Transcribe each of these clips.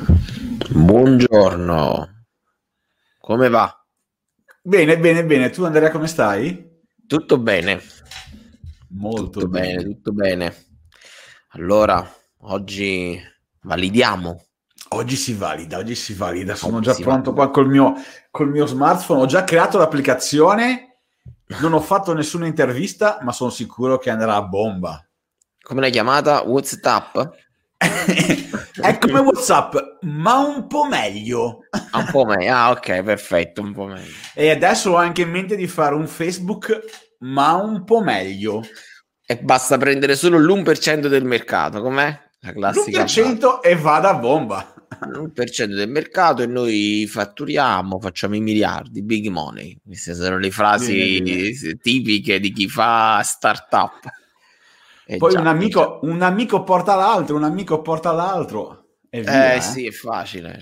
Buongiorno, come va? Bene, bene, bene. Tu Andrea come stai? Tutto bene, Molto bene. tutto bene. Allora, oggi validiamo, Oggi si valida, oggi si valida. Sono oggi già si pronto valida. qua col mio smartphone. Ho già creato l'applicazione. Non ho fatto nessuna intervista, ma sono sicuro che andrà a bomba. Come l'hai chiamata? WhatsApp? È come WhatsApp, ma un po' meglio. Ah, un po' meglio. Ah, ok, perfetto, un po' meglio. E adesso ho anche in mente di fare un Facebook, ma un po' meglio. E basta prendere solo l'1% del mercato, com'è? La classica frase. L'1% e vada a bomba. L'1% del mercato e noi fatturiamo, facciamo i miliardi, big money. Queste sono le Bene, bene. frasi tipiche di chi fa startup. Poi Già, già. un amico porta l'altro e via, eh. Sì, è facile.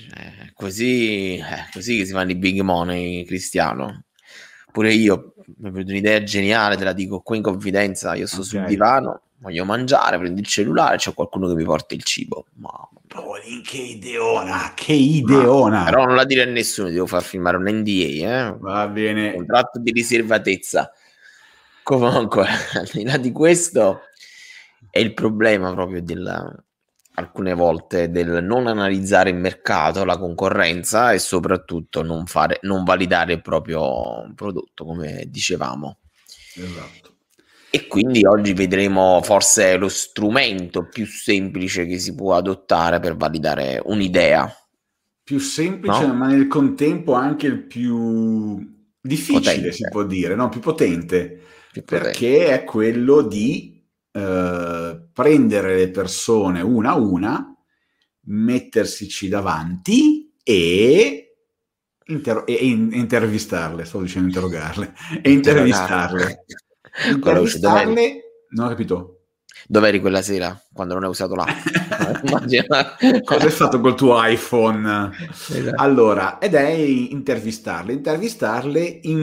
Così che si fanno i big money, Cristiano. Pure io mi è venuta un'idea geniale, te la dico qua in confidenza. Io sto Ok. sul divano, voglio mangiare, prendo il cellulare, c'è qualcuno che mi porta il cibo. Che ideona, che Ma però ideona. non la dire a nessuno, devo far firmare un NDA, Va bene. contratto di riservatezza. Comunque, al di là di questo, è il problema proprio alcune volte del non analizzare il mercato, la concorrenza e soprattutto non validare il proprio prodotto, come dicevamo. Esatto. E quindi oggi vedremo forse lo strumento più semplice che si può adottare per validare un'idea, Più semplice, no? ma nel contempo anche il più difficile, si Potente, può dire, no? Più potente, più potente. perché è quello di prendere le persone una a una, mettersici davanti e intervistarle, stavo dicendo interrogarle, e Interrogare. intervistarle. Con la voce, dov'eri? Intervistarle, non ho capito. Dov'eri quella sera quando non hai usato l'app? Immagina. Cosa hai fatto col tuo iPhone? Esatto. Allora, ed è intervistarle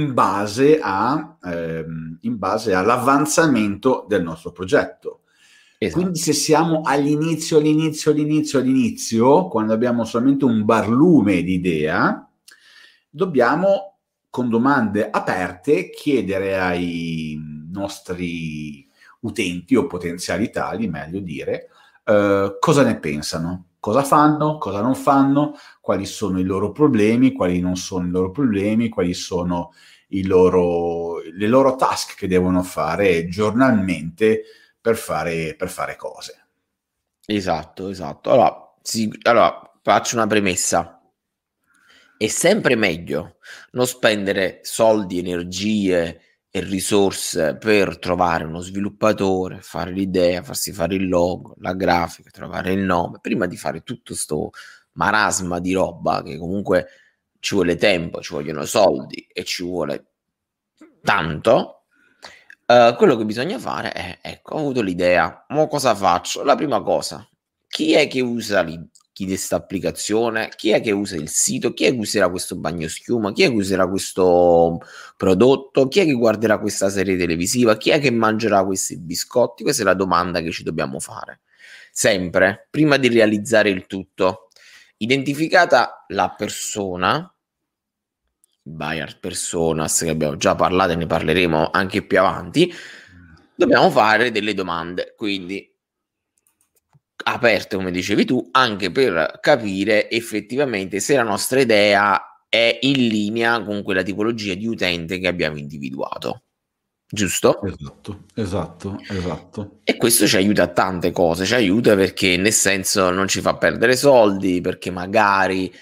in base all'avanzamento del nostro progetto. Quindi Esatto. se siamo all'inizio, quando abbiamo solamente un barlume di idea, dobbiamo, con domande aperte, chiedere ai nostri utenti o potenziali tali, meglio dire, cosa ne pensano, cosa fanno, cosa non fanno, quali sono i loro problemi, quali non sono i loro problemi, quali sono le loro task che devono fare giornalmente per fare cose. Esatto, esatto. Allora, faccio una premessa. È sempre meglio non spendere soldi, energie e risorse per trovare uno sviluppatore, fare l'idea, farsi fare il logo, la grafica, trovare il nome, prima di fare tutto sto marasma di roba che comunque ci vuole tempo, ci vogliono soldi e ci vuole tanto. Quello che bisogna fare è, ecco, ho avuto l'idea, mo cosa faccio? La prima cosa, chi è che usa questa applicazione? Chi è che usa il sito? Chi è che userà questo bagnoschiuma? Chi è che userà questo prodotto? Chi è che guarderà questa serie televisiva? Chi è che mangerà questi biscotti? Questa è la domanda che ci dobbiamo fare. Sempre, prima di realizzare il tutto, identificata la persona, buyer personas, che abbiamo già parlato e ne parleremo anche più avanti, dobbiamo fare delle domande, quindi aperte, come dicevi tu, anche per capire effettivamente se la nostra idea è in linea con quella tipologia di utente che abbiamo individuato. Giusto? Esatto. E questo ci aiuta a tante cose, ci aiuta perché nel senso non ci fa perdere soldi, perché magari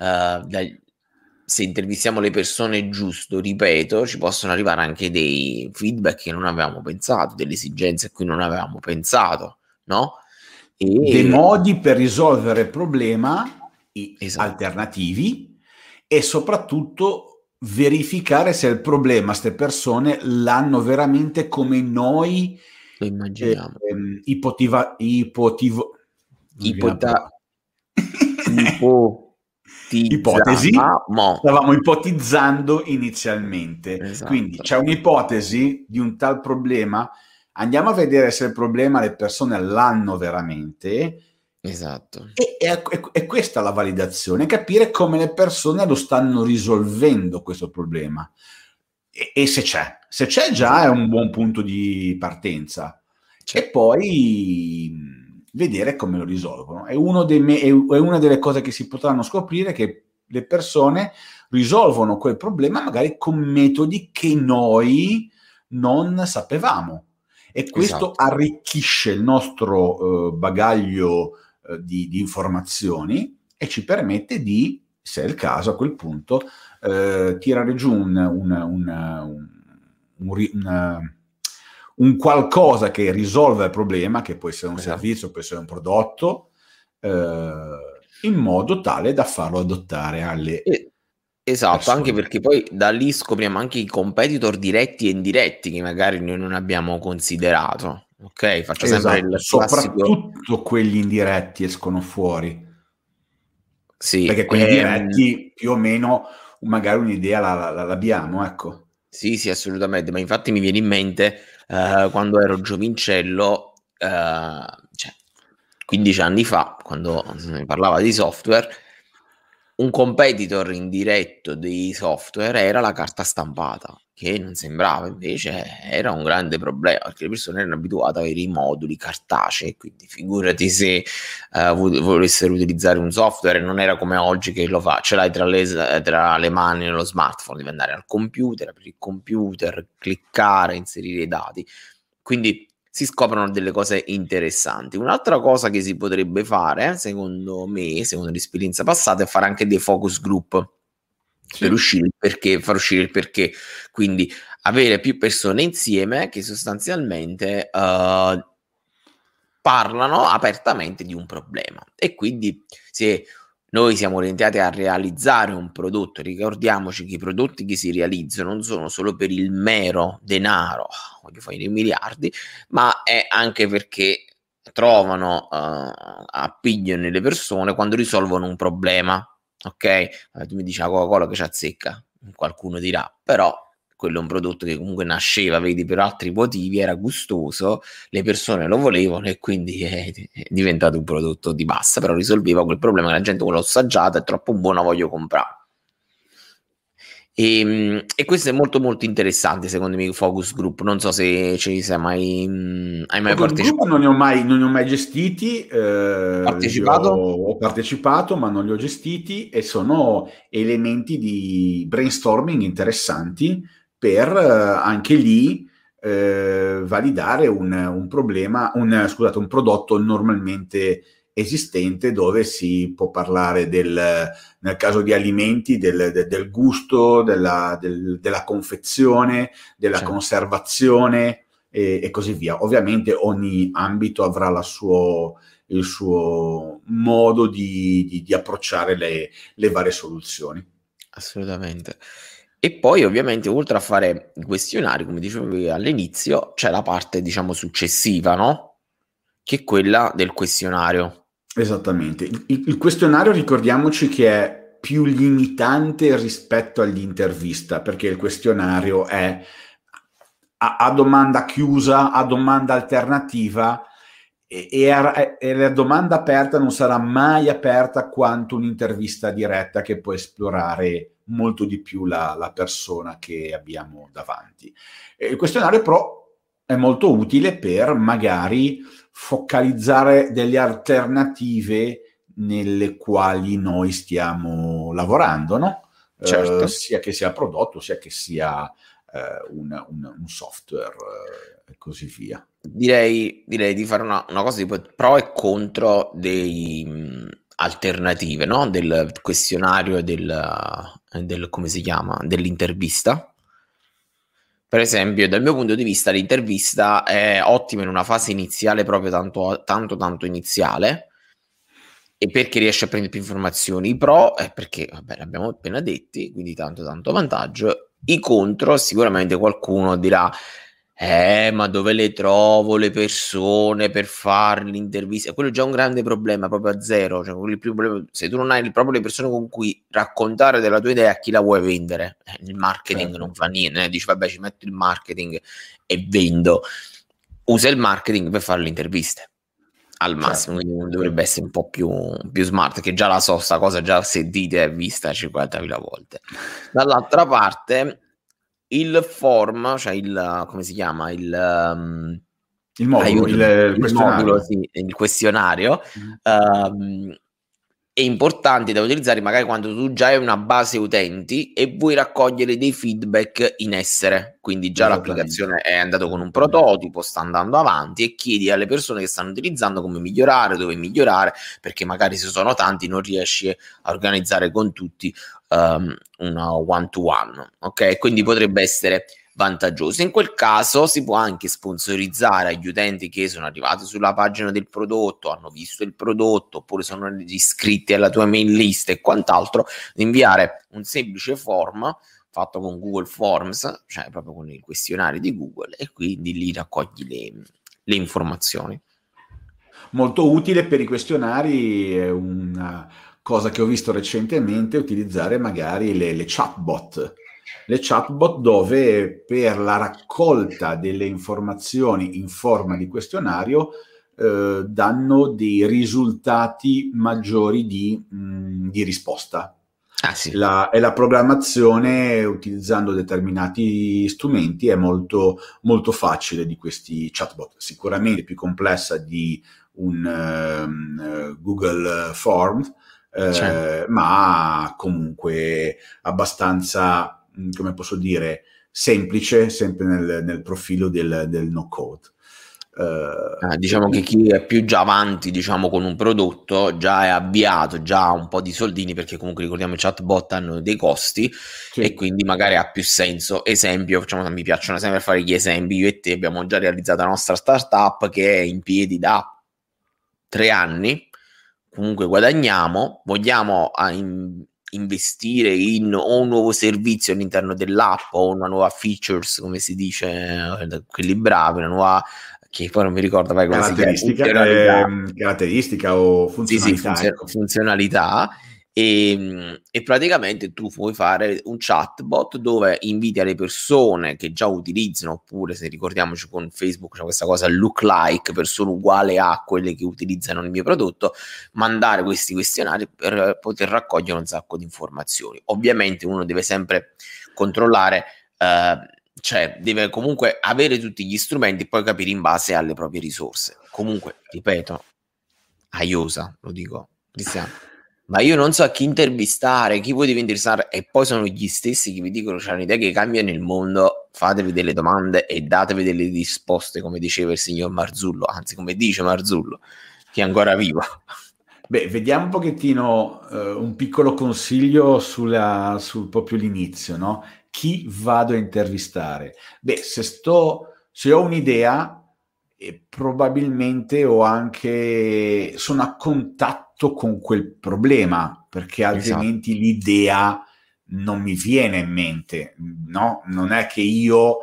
se intervistiamo le persone giusto, ripeto, ci possono arrivare anche dei feedback che non avevamo pensato, delle esigenze a cui non avevamo pensato, no? Dei E modi per risolvere il problema esatto, alternativi e soprattutto verificare se il problema ste persone l'hanno veramente come noi lo immaginiamo. non mi viene la Ipota- parola. Ipotesi, Ipotizzamo. stavamo ipotizzando inizialmente. Quindi Esatto. c'è un'ipotesi di un tal problema, andiamo a vedere se il problema le persone l'hanno veramente Esatto. È questa la validazione, capire come le persone lo stanno risolvendo questo problema. E se c'è già è un buon punto di partenza. Cioè, E poi vedere come lo risolvono. È una delle cose che si potranno scoprire, che le persone risolvono quel problema magari con metodi che noi non sapevamo. E questo esatto. arricchisce il nostro bagaglio di informazioni e ci permette di, se è il caso, a quel punto, tirare giù un qualcosa che risolva il problema, che può essere un Esatto. servizio, può essere un prodotto, in modo tale da farlo adottare alle Esatto, anche persone. perché poi da lì scopriamo anche i competitor diretti e indiretti che magari noi non abbiamo considerato. Ok, faccio sempre Esatto, il classico. soprattutto quelli indiretti escono fuori, Sì, perché quelli diretti più o meno magari un'idea l'abbiamo, ecco. sì, sì, assolutamente, ma infatti mi viene in mente quando ero giovincello, cioè 15 anni fa, quando si parlava di software, un competitor indiretto dei software era la carta stampata, che non sembrava, invece era un grande problema, perché le persone erano abituate ad avere i moduli cartacei, quindi figurati se volessero utilizzare un software, non era come oggi che lo fa, ce l'hai tra le mani nello smartphone, devi andare al computer, aprire il computer, cliccare, inserire i dati, quindi si scoprono delle cose interessanti. Un'altra cosa che si potrebbe fare, secondo me, secondo l'esperienza passata, è fare anche dei focus group per Sì. uscire il perché, far uscire il perché. Quindi avere più persone insieme che sostanzialmente parlano apertamente di un problema. E quindi se noi siamo orientati a realizzare un prodotto, ricordiamoci che i prodotti che si realizzano non sono solo per il mero denaro, voglio fare i miliardi, ma è anche perché trovano appiglio nelle persone quando risolvono un problema. Ok? Tu mi dici la Coca-Cola che ci azzecca, qualcuno dirà, però quello è un prodotto che comunque nasceva, vedi, per altri motivi, era gustoso, le persone lo volevano e quindi è diventato un prodotto di massa, però risolveva quel problema che la gente l'ho assaggiata, è troppo buona, voglio comprare. E questo è molto molto interessante secondo me, focus group, non so se ci sei mai hai mai Focus group partecipato. non li ho mai gestiti, Partecipato? ho partecipato ma non li ho gestiti, e sono elementi di brainstorming interessanti per anche lì validare un problema, scusate, un prodotto normalmente esistente, dove si può parlare nel caso di alimenti, del gusto, della confezione, della Cioè, conservazione e così via. Ovviamente ogni ambito avrà il suo modo di approcciare le varie soluzioni. assolutamente. E poi ovviamente oltre a fare i questionari, come dicevo all'inizio, c'è la parte diciamo successiva, no? Che è quella del questionario. Esattamente. Il questionario, ricordiamoci che è più limitante rispetto all'intervista, perché il questionario è a domanda chiusa, a domanda alternativa, e la domanda aperta non sarà mai aperta quanto un'intervista diretta, che può esplorare molto di più la persona che abbiamo davanti. Il questionario però è molto utile per magari focalizzare delle alternative nelle quali noi stiamo lavorando, no? Certo. Sia che sia prodotto, sia che sia un software e così via. Direi di fare una cosa tipo pro e contro dei alternative, no? Del questionario e del come si chiama? Dell'intervista. Per esempio, dal mio punto di vista, l'intervista è ottima in una fase iniziale, proprio tanto iniziale, e perché riesce a prendere più informazioni. I pro è perché, vabbè, l'abbiamo appena detti, quindi tanto vantaggio. I contro, sicuramente qualcuno dirà, ma dove le trovo le persone per fare l'intervista? Quello è già un grande problema, proprio a zero. Cioè, il primo problema, se tu non hai proprio le persone con cui raccontare della tua idea, a chi la vuoi vendere? Il marketing non Certo. fa niente, dici vabbè ci metto il marketing e vendo. Usa il marketing per fare le interviste. al massimo, Certo. quindi dovrebbe essere un po' più smart, che già la so, sta cosa già sentita e vista 50.000 volte. Dall'altra parte, il form, cioè come si chiama? Il modulo, Aiutami, il il modulo, questionario. sì, il questionario, Mhm. ehm, è importante da utilizzare magari quando tu già hai una base utenti e vuoi raccogliere dei feedback in essere, quindi già Esattamente. l'applicazione è andato con un Esattamente. prototipo, sta andando avanti e chiedi alle persone che stanno utilizzando come migliorare, dove migliorare, perché magari se sono tanti non riesci a organizzare con tutti una one to one, ok? Quindi potrebbe essere vantaggioso. In quel caso si può anche sponsorizzare agli utenti che sono arrivati sulla pagina del prodotto, hanno visto il prodotto oppure sono iscritti alla tua mail list e quant'altro, di inviare un semplice form fatto con Google Forms, cioè proprio con il questionario di Google, e quindi lì raccogli le informazioni. Molto utile per i questionari, è una cosa che ho visto recentemente, utilizzare magari le chatbot. Le chatbot dove per la raccolta delle informazioni in forma di questionario danno dei risultati maggiori di risposta. Ah sì, E la programmazione utilizzando determinati strumenti è molto, molto facile di questi chatbot, sicuramente più complessa di un Google Form, cioè, ma comunque abbastanza, come posso dire, semplice, sempre nel profilo del no code. E diciamo che quindi chi è più già avanti, diciamo, con un prodotto, già è avviato, già ha un po' di soldini, perché comunque ricordiamo i chatbot hanno dei costi e sì, quindi magari ha più senso. Esempio, facciamo, mi piacciono sempre fare gli esempi, io e te abbiamo già realizzato la nostra startup che è in piedi da 3 anni, comunque guadagniamo, vogliamo investire in o un nuovo servizio all'interno dell'app o una nuova features, come si dice, quelli bravi, una nuova, che poi non mi ricordo vai come si chiama, funzionalità. caratteristica o Sì, sì, funzionalità, ecco. funzionalità e praticamente tu puoi fare un chatbot dove inviti le persone che già utilizzano, oppure se ricordiamoci con Facebook c'è questa cosa look like, persone uguali a quelle che utilizzano il mio prodotto, mandare questi questionari per poter raccogliere un sacco di informazioni. Ovviamente uno deve sempre controllare, cioè deve comunque avere tutti gli strumenti e poi capire in base alle proprie risorse. Comunque, ripeto, Aiosa, lo dico, Cristiano. Ma io non so a chi intervistare, chi voi devi interessare, e poi sono gli stessi che vi dicono c'è un'idea che cambia nel mondo, fatevi delle domande e datevi delle risposte, come diceva il signor Marzullo, anzi come dice Marzullo, che è ancora vivo. Beh, vediamo un pochettino un piccolo consiglio sul proprio l'inizio, no? Chi vado a intervistare? Beh, se ho un'idea, probabilmente sono a contatto con quel problema, perché Esatto, altrimenti l'idea non mi viene in mente, no? Non è che io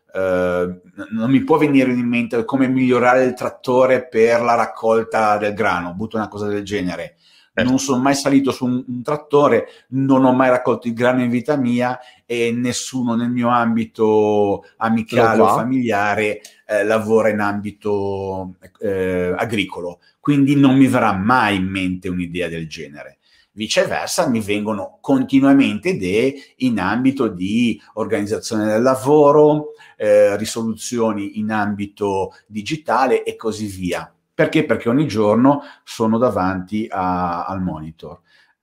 non mi può venire in mente come migliorare il trattore per la raccolta del grano, butto una cosa del genere. Non certo. sono mai salito su un trattore, non ho mai raccolto il grano in vita mia e nessuno nel mio ambito Lo amicale o fa? familiare lavora in ambito agricolo, quindi non mi verrà mai in mente un'idea del genere. Viceversa, mi vengono continuamente idee in ambito di organizzazione del lavoro, risoluzioni in ambito digitale e così via. Perché? Perché ogni giorno sono davanti al monitor.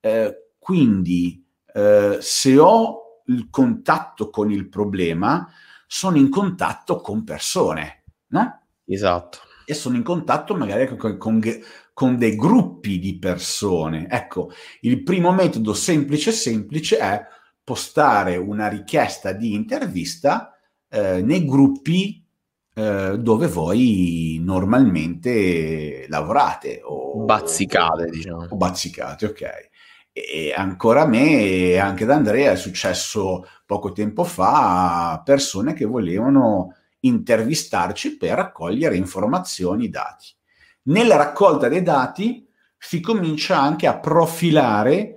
Quindi, se ho il contatto con il problema, sono in contatto con persone, no? Esatto. E sono in contatto magari con dei gruppi di persone. Ecco, il primo metodo semplice è postare una richiesta di intervista nei gruppi dove voi normalmente lavorate Bazzicate, diciamo. o bazzicate, ok. E ancora a me e anche ad Andrea è successo poco tempo fa a persone che volevano intervistarci per raccogliere informazioni, dati. Nella raccolta dei dati si comincia anche a profilare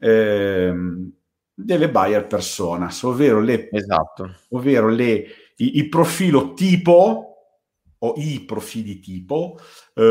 delle buyer personas, Esatto. ovvero i profilo tipo o i profili tipo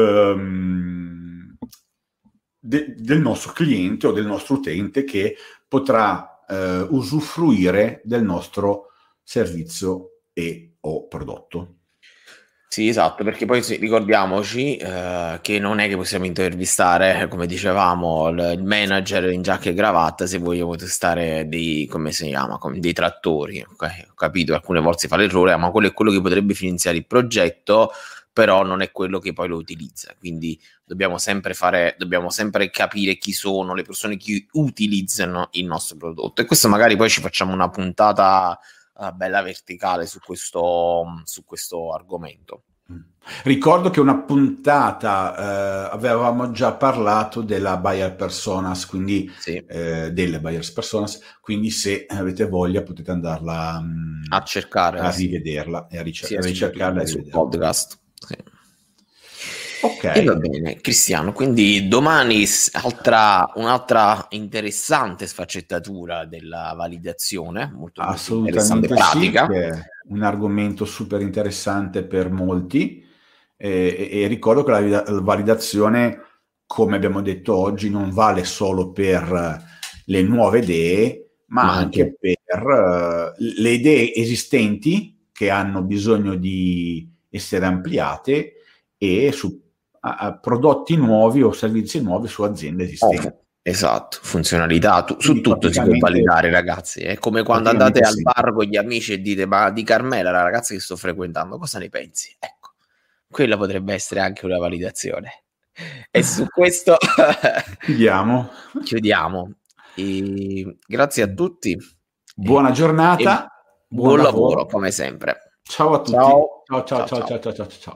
del nostro cliente o del nostro utente che potrà usufruire del nostro servizio e o prodotto. Sì, esatto, perché poi ricordiamoci che non è che possiamo intervistare, come dicevamo, il manager in giacca e cravatta se vogliamo testare dei, come si chiama, dei trattori. Ok? Ho capito, alcune volte si fa l'errore, ma quello è quello che potrebbe finanziare il progetto, però non è quello che poi lo utilizza. Quindi dobbiamo sempre capire chi sono le persone che utilizzano il nostro prodotto. E questo magari poi ci facciamo una puntata bella verticale su questo argomento. Ricordo che una puntata avevamo già parlato della buyer personas, quindi Sì. delle buyers personas, quindi se avete voglia potete andarla a cercare, a rivederla e a ricercarla e sul rivederla. podcast. Sì. Ok. E va bene, Cristiano, quindi domani un'altra interessante sfaccettatura della validazione, molto interessante, Assolutamente sì, pratica. che è un argomento super interessante per molti e ricordo che la validazione, come abbiamo detto oggi, non vale solo per le nuove idee, ma anche per le idee esistenti che hanno bisogno di essere ampliate e su prodotti nuovi o servizi nuovi su aziende esistenti. Esatto, funzionalità, su Quindi tutto si può validare, ragazzi. È come quando andate al bar con gli amici e dite: ma di Carmela, la ragazza che sto frequentando, cosa ne pensi? Ecco, quella potrebbe essere anche una validazione. E su questo chiudiamo. E grazie a tutti. Buona giornata, buon lavoro come sempre. Ciao a tutti. Ciao.